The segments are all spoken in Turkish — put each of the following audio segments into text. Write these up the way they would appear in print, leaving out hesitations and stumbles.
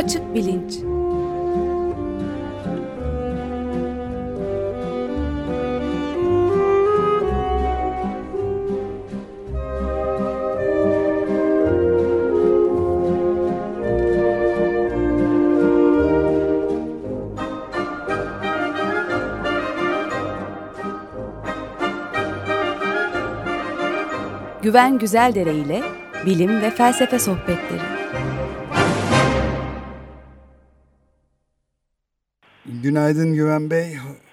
Açık bilinç. Güven Güzeldere ile bilim ve felsefe sohbetleri. Günaydın Güven Bey.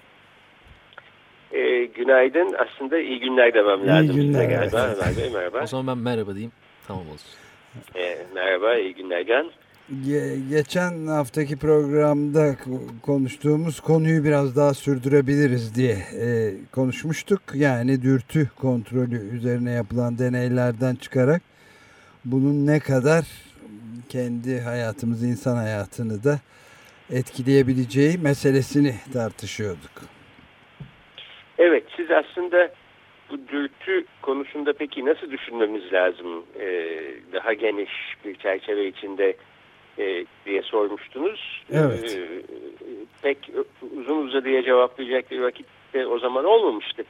Günaydın. Aslında iyi günler demem lazım. İyi günler. Galiba. Ömer Bey, merhaba. O zaman ben merhaba diyeyim. Tamam olsun. Merhaba, iyi günler Can. Geçen haftaki programda konuştuğumuz konuyu biraz daha sürdürebiliriz diye konuşmuştuk. Yani dürtü kontrolü üzerine yapılan deneylerden çıkarak bunun ne kadar kendi hayatımızı, insan hayatını da etkileyebileceği meselesini tartışıyorduk. Evet, siz aslında bu dürtü konusunda peki nasıl düşünmemiz lazım? Daha geniş bir çerçeve içinde diye sormuştunuz. Evet. Pek uzun uzadıya cevaplayacak bir vakit de o zaman olmamıştı.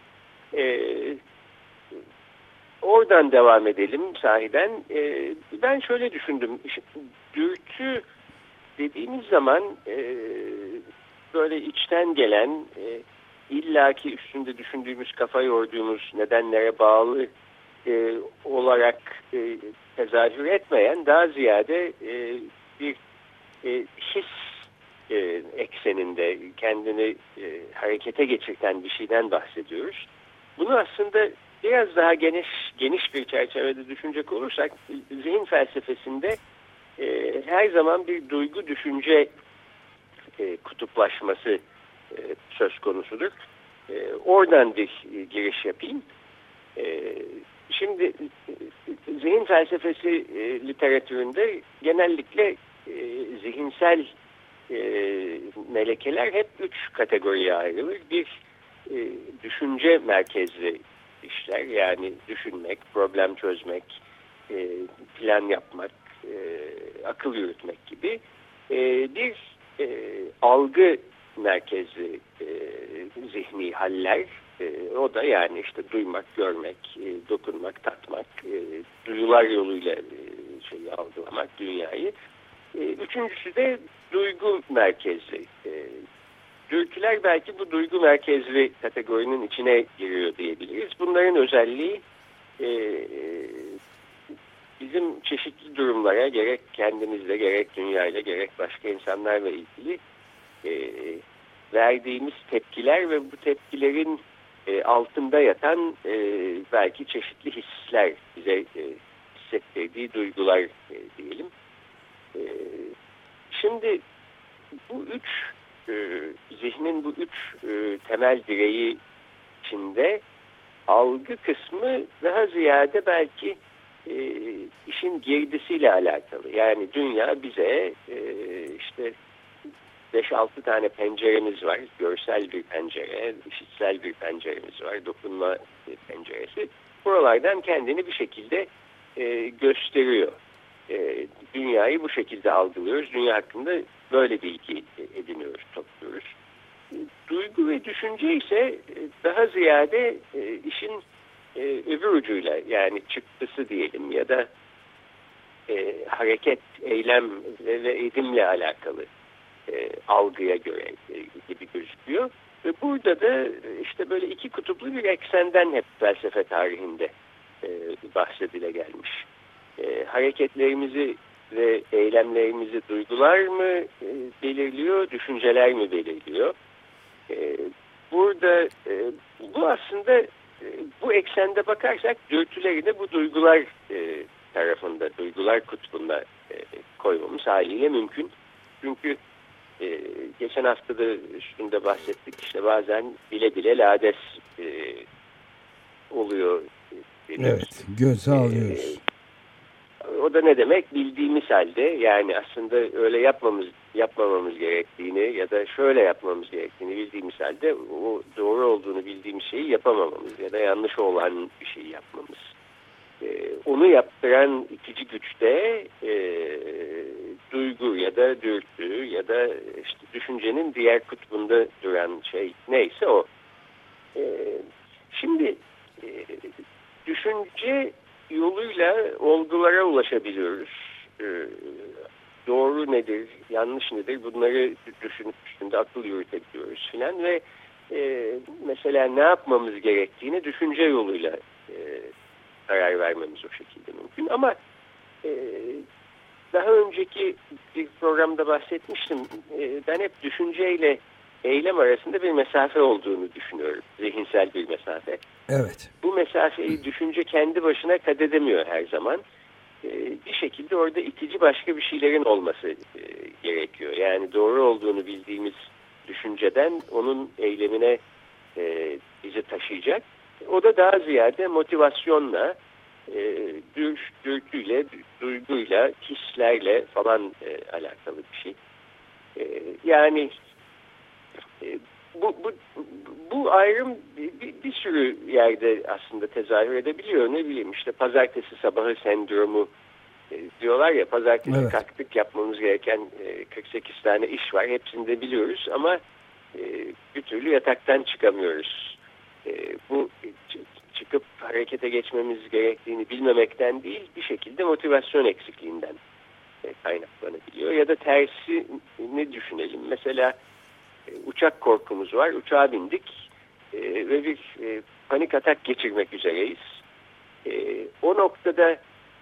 Oradan devam edelim sahiden. Ben şöyle düşündüm. Dürtü dediğimiz zaman böyle içten gelen, illaki üstünde düşündüğümüz, kafa yorduğumuz nedenlere bağlı olarak tezahür etmeyen, daha ziyade bir his ekseninde kendini harekete geçirten bir şeyden bahsediyoruz. Bunu aslında biraz daha geniş bir çerçevede düşünecek olursak, zihin felsefesinde her zaman bir duygu düşünce kutuplaşması söz konusudur. Oradan bir giriş yapayım. Şimdi zihin felsefesi literatüründe genellikle zihinsel melekeler hep 3 kategoriye ayrılır. Bir, düşünce merkezli işler, yani düşünmek, problem çözmek, plan yapmak, akıl yürütmek gibi. Bir, algı merkezli zihni haller, o da yani işte duymak, görmek, dokunmak, tatmak, duyular yoluyla şeyi algılamak, dünyayı. Üçüncüsü de duygu merkezli. Dürtüler belki bu duygu merkezli kategorinin içine giriyor diyebiliriz. Bunların özelliği bizim çeşitli durumlara, gerek kendimizle, gerek dünyayla, gerek başka insanlarla ilgili verdiğimiz tepkiler ve bu tepkilerin altında yatan belki çeşitli hisler, bize hissettirdiği duygular diyelim. Şimdi bu zihnin bu üç temel direği içinde algı kısmı daha ziyade belki işin girdisiyle alakalı. Yani dünya bize işte 5-6 tane penceremiz var. Görsel bir pencere, işitsel bir penceremiz var. Dokunma penceresi. Buralardan kendini bir şekilde gösteriyor. Dünyayı bu şekilde algılıyoruz. Dünya hakkında böyle bilgi ediniyoruz, topluyoruz. Duygu ve düşünce ise daha ziyade işin öbür ucuyla, yani çıktısı diyelim ya da hareket, eylem ve edimle alakalı algıya göre gibi gözüküyor. Ve burada da işte böyle iki kutuplu bir eksenden hep felsefe tarihinde bahsedile gelmiş. Hareketlerimizi ve eylemlerimizi duygular mı belirliyor, düşünceler mi belirliyor? Burada bu aslında bu eksende bakarsak dürtüleri de bu duygular tarafında, duygular kutbunda koymamız haliyle mümkün. Çünkü geçen hafta da üstünde bahsettik, işte bazen bile bile lades oluyor. Evet, göze alıyoruz. O da ne demek? Bildiğimiz halde, yani aslında öyle yapmamamız gerektiğini ya da şöyle yapmamız gerektiğini bildiğimiz halde o doğru olduğunu bildiğimiz şeyi yapamamamız ya da yanlış olan bir şeyi yapmamız. Onu yaptıran itici güç de duygu ya da dürtü ya da işte düşüncenin diğer kutbunda duran şey neyse o. Şimdi düşünce yoluyla olgulara ulaşabiliyoruz. Doğru nedir, yanlış nedir bunları düşünüp üstünde akıl yürütebiliyoruz filan ve mesela ne yapmamız gerektiğini düşünce yoluyla karar vermemiz o şekilde mümkün. Ama daha önceki bir programda bahsetmiştim. Ben hep düşünceyle eylem arasında bir mesafe olduğunu düşünüyorum. Zihinsel bir mesafe. Evet. Bu mesafeyi düşünce kendi başına kat edemiyor her zaman. Bir şekilde orada itici başka bir şeylerin olması gerekiyor. Yani doğru olduğunu bildiğimiz düşünceden onun eylemine bizi taşıyacak. O da daha ziyade motivasyonla, dürtüyle, duyguyla, hislerle falan alakalı bir şey. Yani bu ayrım bir sürü yerde aslında tezahür edebiliyor. Ne bileyim işte pazartesi sabahı sendromu diyorlar ya, pazartesi kalktık yapmamız gereken 48 tane iş var. Hepsini de biliyoruz ama bir türlü yataktan çıkamıyoruz. Bu çıkıp harekete geçmemiz gerektiğini bilmemekten değil, bir şekilde motivasyon eksikliğinden kaynaklanabiliyor. Ya da tersini düşünelim. Mesela uçak korkumuz var. Uçağa bindik ve bir panik atak geçirmek üzereyiz. O noktada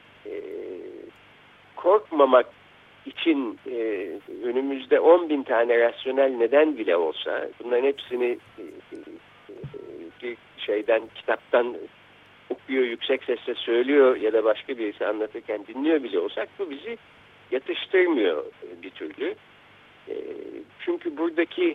korkmamak için önümüzde 10.000 tane rasyonel neden bile olsa, bunların hepsini bir kitaptan okuyor, yüksek sesle söylüyor ya da başka birisi anlatırken dinliyor bile olsak, bu bizi yatıştırmıyor bir türlü. Çünkü buradaki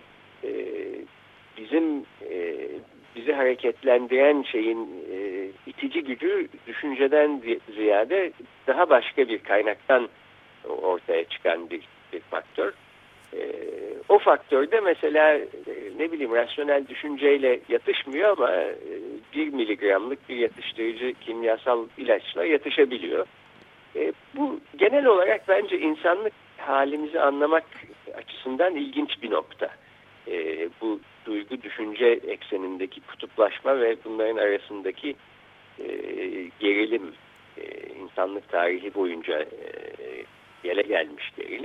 bizi hareketlendiren şeyin itici gücü düşünceden ziyade daha başka bir kaynaktan ortaya çıkan bir faktör. O faktör de mesela ne bileyim rasyonel düşünceyle yatışmıyor ama 1 miligramlık bir yatıştırıcı kimyasal ilaçla yatışabiliyor. Bu genel olarak bence insanlık halimizi anlamak açısından ilginç bir nokta. Bu duygu düşünce eksenindeki kutuplaşma ve bunların arasındaki gerilim, insanlık tarihi boyunca gele gelmiş gerilim.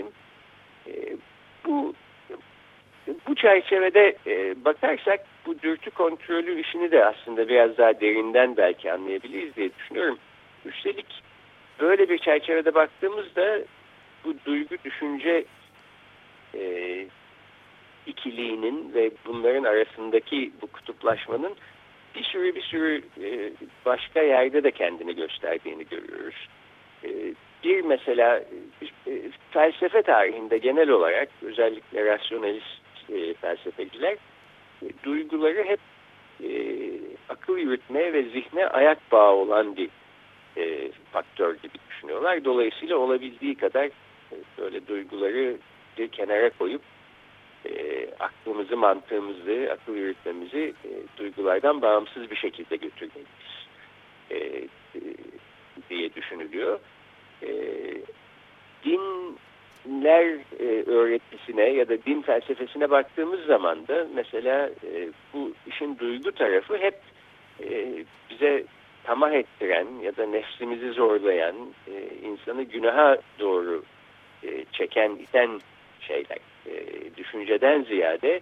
Bu çerçevede bakarsak bu dürtü kontrolü işini de aslında biraz daha derinden belki anlayabiliriz diye düşünüyorum. Üstelik böyle bir çerçevede baktığımızda bu duygu düşünce ikiliğinin ve bunların arasındaki bu kutuplaşmanın bir sürü başka yerde de kendini gösterdiğini görüyoruz. Bir mesela felsefe tarihinde genel olarak özellikle rasyonalist felsefeciler duyguları hep akıl yürütmeye ve zihne ayak bağı olan bir faktör gibi düşünüyorlar. Dolayısıyla olabildiği kadar böyle duyguları bir kenara koyup aklımızı, mantığımızı, akıl yürütmemizi duygulardan bağımsız bir şekilde götürmeliyiz diye düşünülüyor. Dinler öğretisine ya da din felsefesine baktığımız zaman da mesela bu işin duygu tarafı hep bize tamah ettiren ya da nefsimizi zorlayan, insanı günaha doğru çeken, iten şeyler. Düşünceden ziyade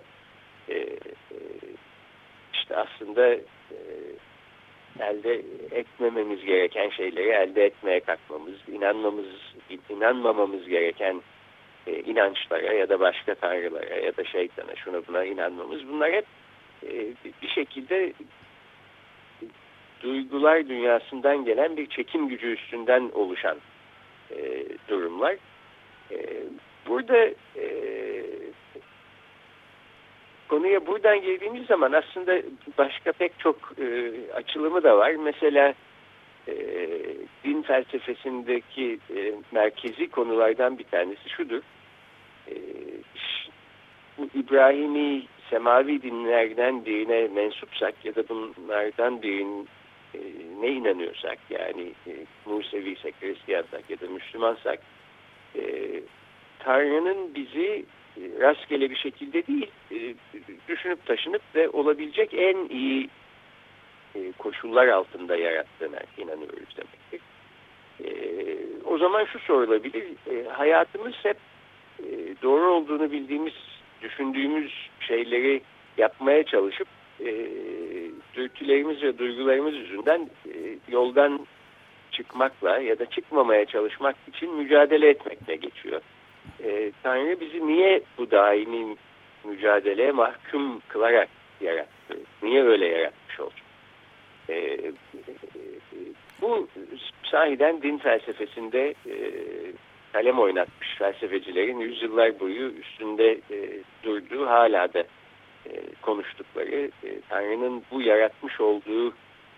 işte aslında elde etmememiz gereken şeyleri elde etmeye kalkmamız, inanmamamız gereken inançlara ya da başka tanrılara ya da şeytana, şuna buna inanmamız, bunlar hep bir şekilde duygular dünyasından gelen bir çekim gücü üstünden oluşan durumlar. Burada konuya buradan girdiğimiz zaman aslında başka pek çok açılımı da var. Mesela din felsefesindeki merkezi konulardan bir tanesi şudur. Bu İbrahimi semavi dinlerden birine mensupsak ya da bunlardan birine ne inanıyorsak, yani Museviysek, Hristiyansak ya da Müslümansak Tanrı'nın bizi rastgele bir şekilde değil, düşünüp taşınıp ve olabilecek en iyi koşullar altında yarattığına inanıyoruz demektir. O zaman şu sorulabilir, hayatımız hep doğru olduğunu bildiğimiz, düşündüğümüz şeyleri yapmaya çalışıp dürtülerimiz ve duygularımız yüzünden yoldan çıkmakla ya da çıkmamaya çalışmak için mücadele etmekle geçiyor. Tanrı bizi niye bu daimi mücadeleye mahkum kılarak yarattı? Niye öyle yaratmış oldu? Bu sahiden din felsefesinde kalem oynatmış felsefecilerin yüzyıllar boyu üstünde durduğu, hala da konuştukları, Tanrı'nın bu yaratmış olduğu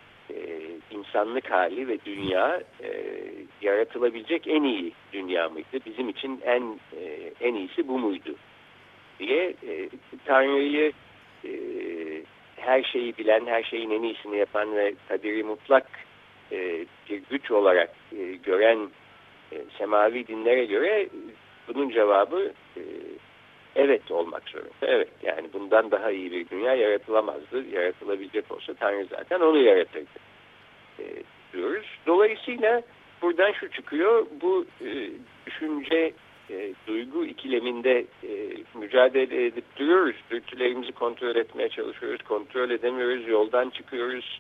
insanlık hali ve dünya yaratılabilecek en iyi dünya mıydı? Bizim için en iyisi bu muydu? Diye Tanrı'yı her şeyi bilen, her şeyin en iyisini yapan ve kaderi mutlak bir güç olarak gören semavi dinlere göre bunun cevabı evet olmak zorunda. Evet, yani bundan daha iyi bir dünya yaratılamazdı. Yaratılabilecek olsa Tanrı zaten onu yaratırdı diyoruz. Dolayısıyla buradan şu çıkıyor, bu düşünce duygu ikileminde mücadele edip duruyoruz. Dürtülerimizi kontrol etmeye çalışıyoruz. Kontrol edemiyoruz. Yoldan çıkıyoruz.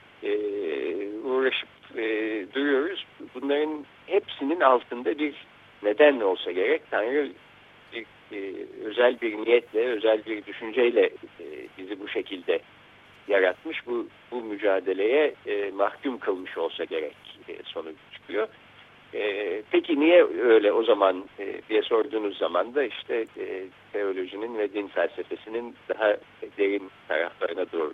Uğraşıp duruyoruz. Bunların hepsinin altında bir neden olsa gerek. Tanrı özel bir niyetle, özel bir düşünceyle bizi bu şekilde yaratmış. Bu mücadeleye mahkum kılmış olsa gerek sonucu çıkıyor. Peki niye öyle o zaman diye sorduğunuz zaman da işte teolojinin ve din felsefesinin daha derin taraflarına doğru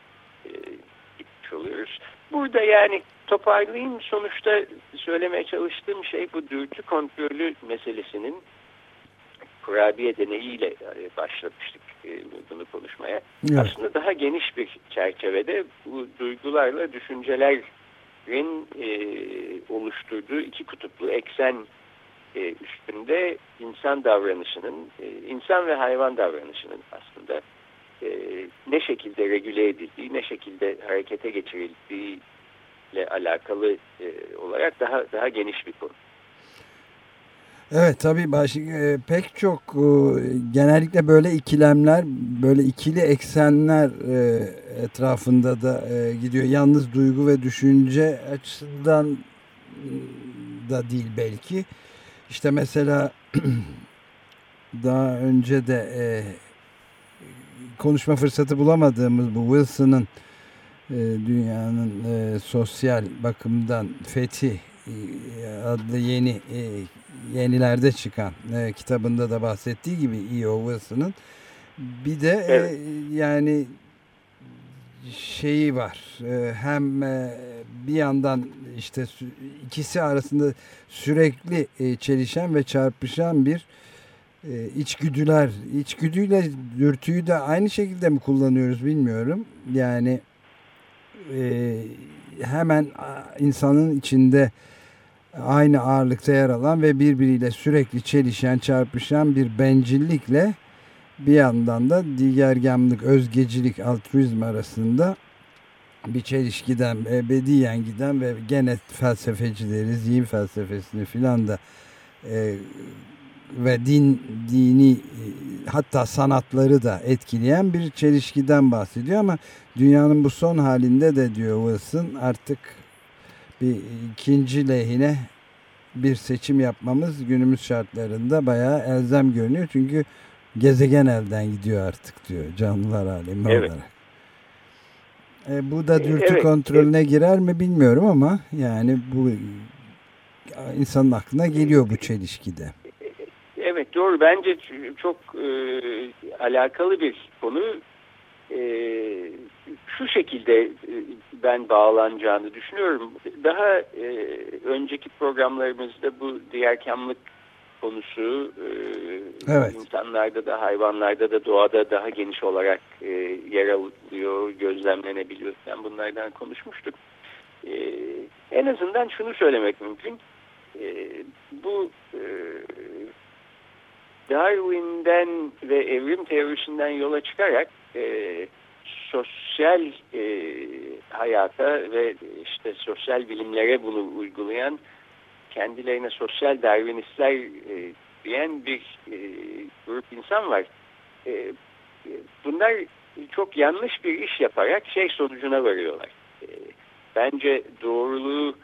gitmiş oluyoruz. Burada yani toparlayayım, sonuçta söylemeye çalıştığım şey bu dürtü kontrolü meselesinin kurabiye deneyiyle başlamıştık bunu konuşmaya. Evet. Aslında daha geniş bir çerçevede bu duygularla düşüncelerin oluşturduğu iki kutuplu eksen üstünde insan davranışının, insan ve hayvan davranışının aslında ne şekilde regüle edildiği, ne şekilde harekete geçirildiği ile alakalı olarak daha geniş bir konu. Evet, tabii pek çok genellikle böyle ikilemler, böyle ikili eksenler etrafında da gidiyor. Yalnız duygu ve düşünce açısından da değil belki. İşte mesela daha önce de konuşma fırsatı bulamadığımız bu Wilson'ın dünyanın sosyal bakımdan fethi adlı yenilerde çıkan kitabında da bahsettiği gibi E.O. Wilson'ın bir de evet. Yani şeyi var, hem bir yandan işte ikisi arasında sürekli çelişen ve çarpışan bir içgüdüyle dürtüyü de aynı şekilde mi kullanıyoruz bilmiyorum. Yani hemen insanın içinde aynı ağırlıkta yer alan ve birbiriyle sürekli çelişen, çarpışan bir bencillikle bir yandan da digergamlık, özgecilik, altruizm arasında bir çelişkiden ebediyen giden ve gene felsefecileri, zihin felsefesini filan da ve dini hatta sanatları da etkileyen bir çelişkiden bahsediyor ama dünyanın bu son halinde de diyor Wilson artık bir ikinci lehine bir seçim yapmamız günümüz şartlarında bayağı elzem görünüyor. Çünkü gezegen elden gidiyor artık diyor, canlılar alemi evet. olarak. Bu da dürtü evet. kontrolüne girer mi bilmiyorum ama yani bu insanın aklına geliyor bu çelişkide. Evet, doğru. Bence çok alakalı bir konu. Şu şekilde ben bağlanacağını düşünüyorum. Daha önceki programlarımızda bu diğerkamlık konusu evet. insanlarda da hayvanlarda da doğada daha geniş olarak yer alıyor, gözlemlenebiliyor. Yani bunlardan konuşmuştuk. En azından şunu söylemek mümkün. Bu Darwin'den ve evrim teorisinden yola çıkarak sosyal hayata ve işte sosyal bilimlere bunu uygulayan, kendilerine sosyal Darwinistler diyen bir grup insan var. Bunlar çok yanlış bir iş yaparak sonucuna varıyorlar. Bence doğruluğu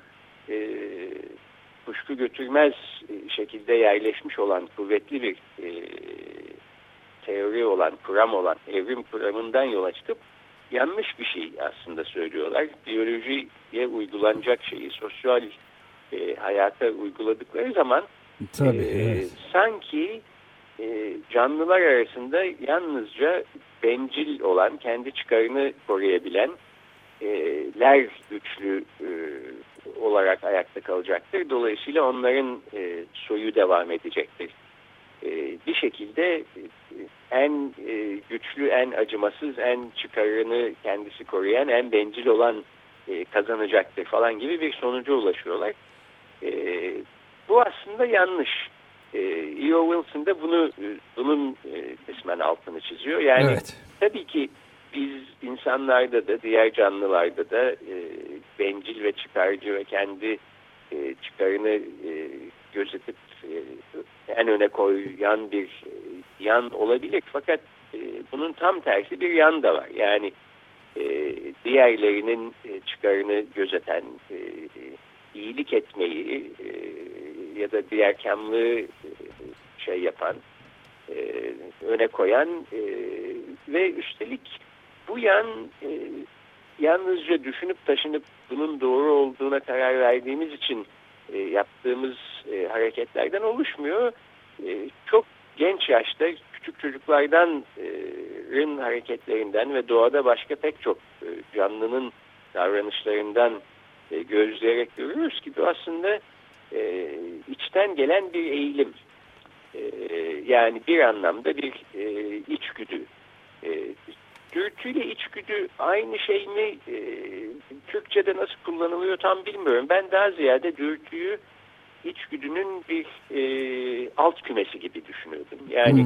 kuşku götürmez şekilde yerleşmiş olan kuvvetli bir teori olan, kuram olan evrim kuramından yola çıkıp yanlış bir şey aslında söylüyorlar. Biyolojiye uygulanacak şeyi sosyal hayata uyguladıkları zaman Evet. sanki canlılar arasında yalnızca bencil olan, kendi çıkarını koruyabilen ler güçlü olarak ayakta kalacaktır. Dolayısıyla onların soyu devam edecektir. Bir şekilde en güçlü, en acımasız, en çıkarını kendisi koruyan, en bencil olan kazanacaktır falan gibi bir sonuca ulaşıyorlar. Bu aslında yanlış. E.O. Wilson da bunun kısmen altını çiziyor. Yani tabii ki biz insanlarda da, diğer canlılarda da bencil ve çıkarcı ve kendi çıkarını gözetip en öne koyan bir yan olabilir. Fakat bunun tam tersi bir yan da var. Yani diğerlerinin çıkarını gözeten, iyilik etmeyi ya da diğerkamlığı yapan, öne koyan ve üstelik bu yan yalnızca düşünüp taşınıp bunun doğru olduğuna karar verdiğimiz için yaptığımız hareketlerden oluşmuyor. Çok genç yaşta küçük çocuklardan hareketlerinden ve doğada başka pek çok canlının davranışlarından gözleyerek görüyoruz ki bu aslında içten gelen bir eğilim. Yani bir anlamda bir içgüdü. Dürtüyle içgüdü aynı şey mi? Türkçe'de nasıl kullanılıyor tam bilmiyorum. Ben daha ziyade dürtüyü içgüdünün bir alt kümesi gibi düşünüyordum. Yani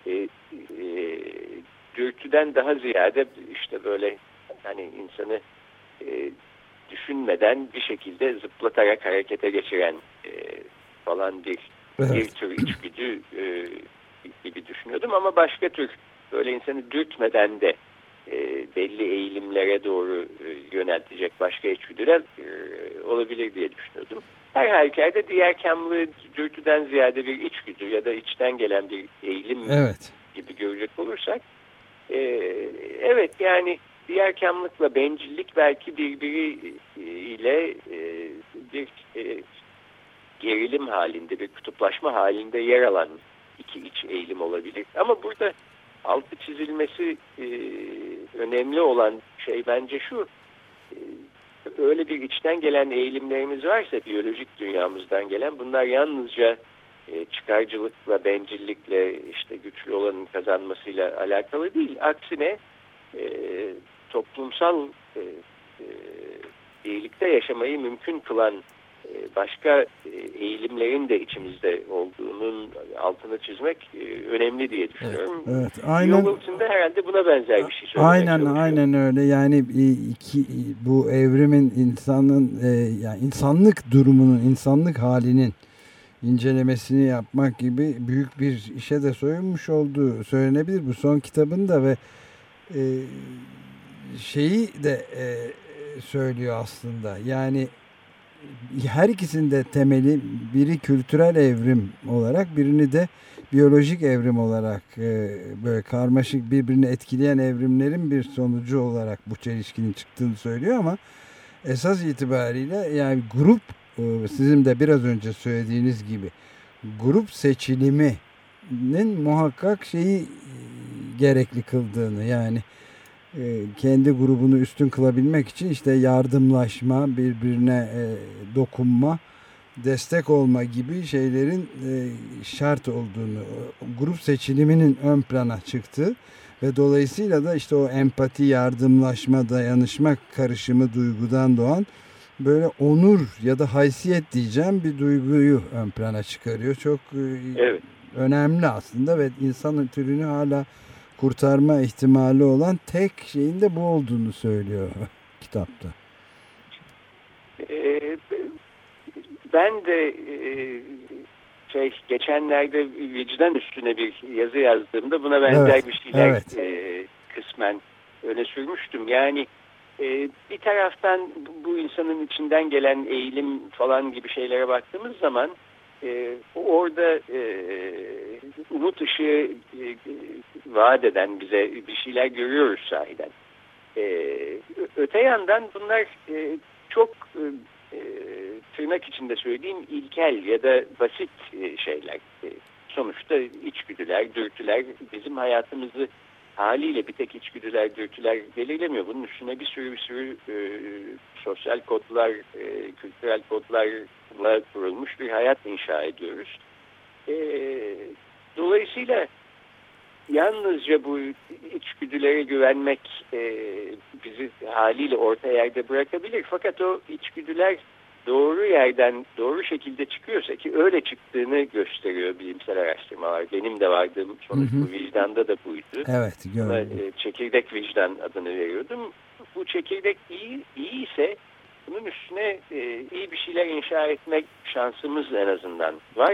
dürtüden daha ziyade işte böyle hani insanı düşünmeden bir şekilde zıplatarak harekete geçiren falan bir tür içgüdü gibi düşünüyordum ama başka tür böyle insanı dürtmeden de belli eğilimlere doğru yöneltecek başka içgüdüler olabilir diye düşünüyordum. Her halükarda diğerkamlığı dürtüden ziyade bir içgüdü ya da içten gelen bir eğilim gibi görecek olursak evet yani diğerkamlıkla bencillik belki birbiriyle bir gerilim halinde, bir kutuplaşma halinde yer alan iki iç eğilim olabilir. Ama burada altı çizilmesi önemli olan şey bence şu, öyle bir içten gelen eğilimlerimiz varsa biyolojik dünyamızdan gelen, bunlar yalnızca çıkarcılıkla, bencillikle, işte güçlü olanın kazanmasıyla alakalı değil. Aksine toplumsal birlikte yaşamayı mümkün kılan başka eğilimlerin de içimizde olduğunun altını çizmek önemli diye düşünüyorum. Evet, aynen. Wilson da herhalde buna benzer bir şey söylemek Aynen öyle. Yani bu evrimin yani insanlık durumunun, insanlık halinin incelemesini yapmak gibi büyük bir işe de soyunmuş olduğu söylenebilir bu son kitabında ve şeyi de söylüyor aslında. Yani her ikisinde temeli, biri kültürel evrim olarak, birini de biyolojik evrim olarak böyle karmaşık, birbirini etkileyen evrimlerin bir sonucu olarak bu çelişkinin çıktığını söylüyor ama esas itibariyle yani grup, sizin de biraz önce söylediğiniz gibi grup seçiliminin muhakkak gerekli kıldığını, yani kendi grubunu üstün kılabilmek için işte yardımlaşma, birbirine dokunma, destek olma gibi şeylerin şart olduğunu, grup seçiliminin ön plana çıktığı ve dolayısıyla da işte o empati, yardımlaşma, dayanışma karışımı duygudan doğan böyle onur ya da haysiyet diyeceğim bir duyguyu ön plana çıkarıyor. Çok önemli aslında ve insanın türünü hala kurtarma ihtimali olan tek şeyin de bu olduğunu söylüyor kitapta. Ben de geçenlerde vicdan üstüne bir yazı yazdığımda buna benzer bir şeyler kısmen öne sürmüştüm. Yani bir taraftan bu insanın içinden gelen eğilim falan gibi şeylere baktığımız zaman orada umut ışığı vaat eden bize bir şeyler görüyoruz sahiden. Öte yandan bunlar çok tırnak içinde söyleyeyim ilkel ya da basit şeyler. Sonuçta içgüdüler, dürtüler bizim hayatımızı haliyle bir tek içgüdüler, dürtüler belirlemiyor. Bunun üstüne bir sürü sosyal kodlar, kültürel kodlarla kurulmuş bir hayat inşa ediyoruz. Dolayısıyla yalnızca bu içgüdülere güvenmek bizi haliyle orta yerde bırakabilir. Fakat o içgüdüler doğru yerden doğru şekilde çıkıyorsa, ki öyle çıktığını gösteriyor bilimsel araştırmalar. Benim de vardığım sonuç bu vicdanda da buydu. Evet, ama çekirdek vicdan adını veriyordum. Bu çekirdek iyi ise bunun üstüne iyi bir şeyler inşa etmek şansımız en azından var.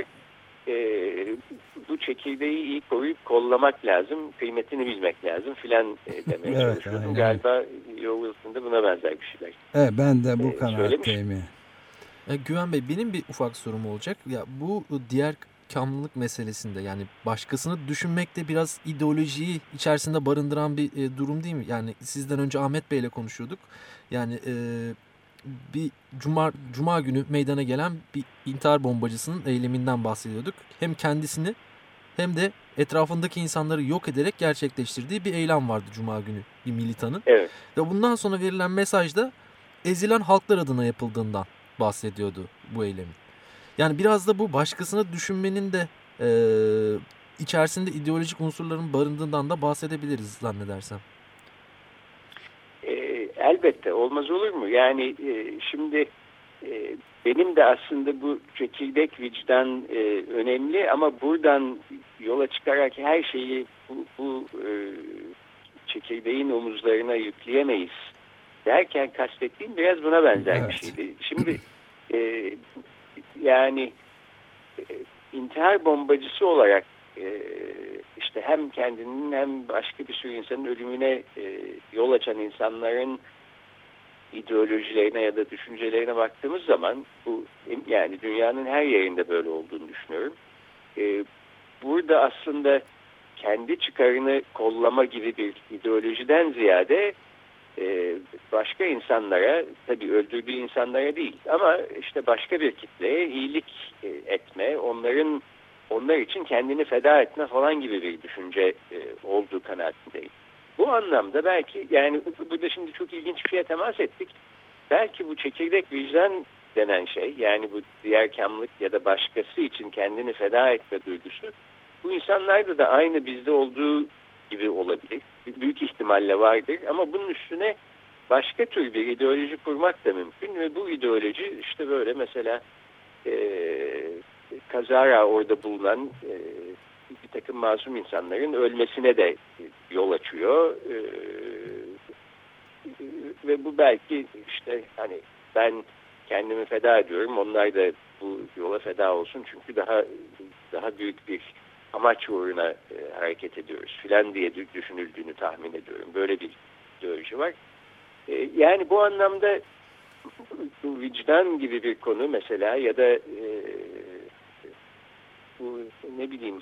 Bu çekirdeği iyi koruyup kollamak lazım, kıymetini bilmek lazım filan demeye çalışıyordum. Galiba Joe Wilson da buna benzer bir şeyler. Evet, ben de bu kanaatteyim. Güven Bey, benim bir ufak sorum olacak. Ya bu diğer kamlılık meselesinde, yani başkasını düşünmekte biraz ideolojiyi içerisinde barındıran bir durum değil mi? Yani sizden önce Ahmet Bey'le konuşuyorduk. Yani bir cuma günü meydana gelen bir intihar bombacısının eyleminden bahsediyorduk. Hem kendisini hem de etrafındaki insanları yok ederek gerçekleştirdiği bir eylem vardı cuma günü bir militanın. Evet. Ve bundan sonra verilen mesajda ezilen halklar adına yapıldığından bahsediyordu bu eylemin. Yani biraz da bu başkasını düşünmenin de içerisinde ideolojik unsurların barındığından da bahsedebiliriz zannedersem. Elbette, olmaz olur mu? Yani şimdi benim de aslında bu çekirdek vicdan önemli ama buradan yola çıkarak her şeyi bu çekirdeğin omuzlarına yükleyemeyiz derken kastettiğim biraz buna benzer bir şeydi. Şimdi yani intihar bombacısı olarak işte hem kendinin hem başka bir sürü insanın ölümüne yol açan insanların ideolojilerine ya da düşüncelerine baktığımız zaman bu, yani dünyanın her yerinde böyle olduğunu düşünüyorum. Burada aslında kendi çıkarını kollama gibi bir ideolojiden ziyade başka insanlara, tabii öldürdüğü insanlara değil ama işte başka bir kitleye iyilik etme, onlar için kendini feda etme falan gibi bir düşünce olduğu kanaatindeyim. Bu anlamda belki, yani burada şimdi çok ilginç bir şeye temas ettik. Belki bu çekirdek vicdan denen şey, yani bu diğer kamlık ya da başkası için kendini feda etme duygusu, bu insanlarda da aynı bizde olduğu gibi olabilir. Büyük ihtimalle vardır ama bunun üstüne başka tür bir ideoloji kurmak da mümkün ve bu ideoloji işte böyle mesela kazara orada bulunan bir takım masum insanların ölmesine de yol açıyor ve bu belki işte hani ben kendimi feda ediyorum, onlar da bu yola feda olsun çünkü daha büyük bir amaç uğruna hareket ediyoruz filan diye düşünüldüğünü tahmin ediyorum. Böyle bir ideoloji var. Yani bu anlamda bu vicdan gibi bir konu mesela ya da bu ne bileyim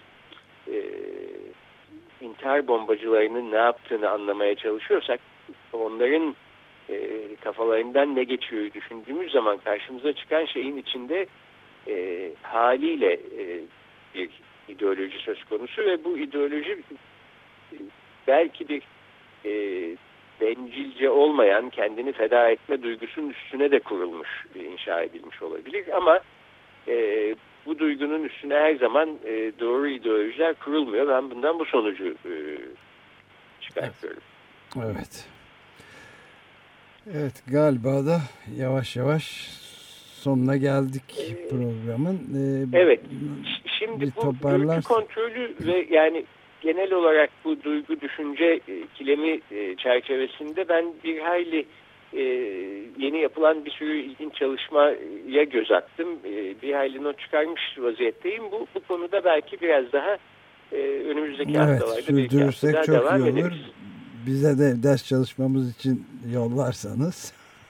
intihar bombacılarının ne yaptığını anlamaya çalışıyorsak onların kafalarından ne geçiyor düşündüğümüz zaman karşımıza çıkan şeyin içinde haliyle bir ideoloji söz konusu ve bu ideoloji belki bir bencilce olmayan kendini feda etme duygusunun üstüne de kurulmuş, inşa edilmiş olabilir ama bu duygunun üstüne her zaman doğru ideolojiler kurulmuyor. Ben bundan bu sonucu çıkartıyorum. Evet. Evet, galiba da yavaş yavaş sonuna geldik programın. Evet. Şimdi Şimdi bir bu duygu toparlarsın. kontrolü ve yani genel olarak bu duygu düşünce ikilemi çerçevesinde ben bir hayli yeni yapılan bir sürü ilginç çalışmaya göz attım. Bir hayli not çıkarmış vaziyetteyim. Bu konuda belki biraz daha önümüzdeki haftalarda bir iki hafta daha çok devam iyi olur. ederiz. Bize de ders çalışmamız için yollarsanız.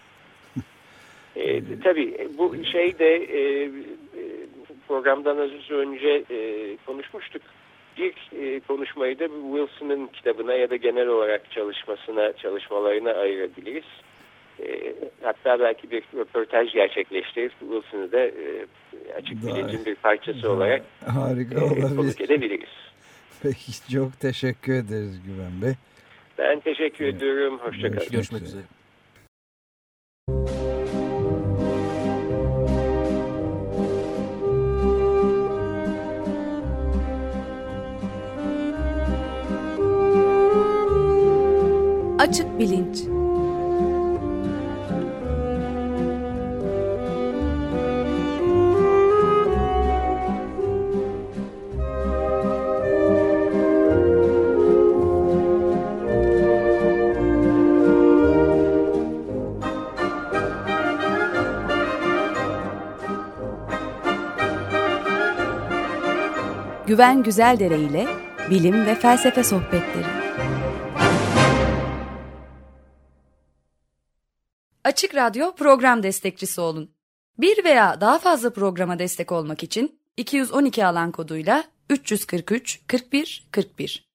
Tabii bu şeyde programdan az önce konuşmuştuk. İlk konuşmayı da Wilson'ın kitabına ya da genel olarak çalışmalarına ayırabiliriz. Hatta belki bir röportaj gerçekleştirip Wilson'ı da açık bilincin bir parçası olarak harika olabilir. konuk edebiliriz. Peki çok teşekkür ederiz Güven Bey. Ben teşekkür ediyorum. Hoşça kalın. Görüşmek üzere. Açık Bilinç. Güven Güzeldere ile bilim ve felsefe sohbetleri. Açık Radyo program destekçisi olun. Bir veya daha fazla programa destek olmak için 212 alan koduyla 343 41 41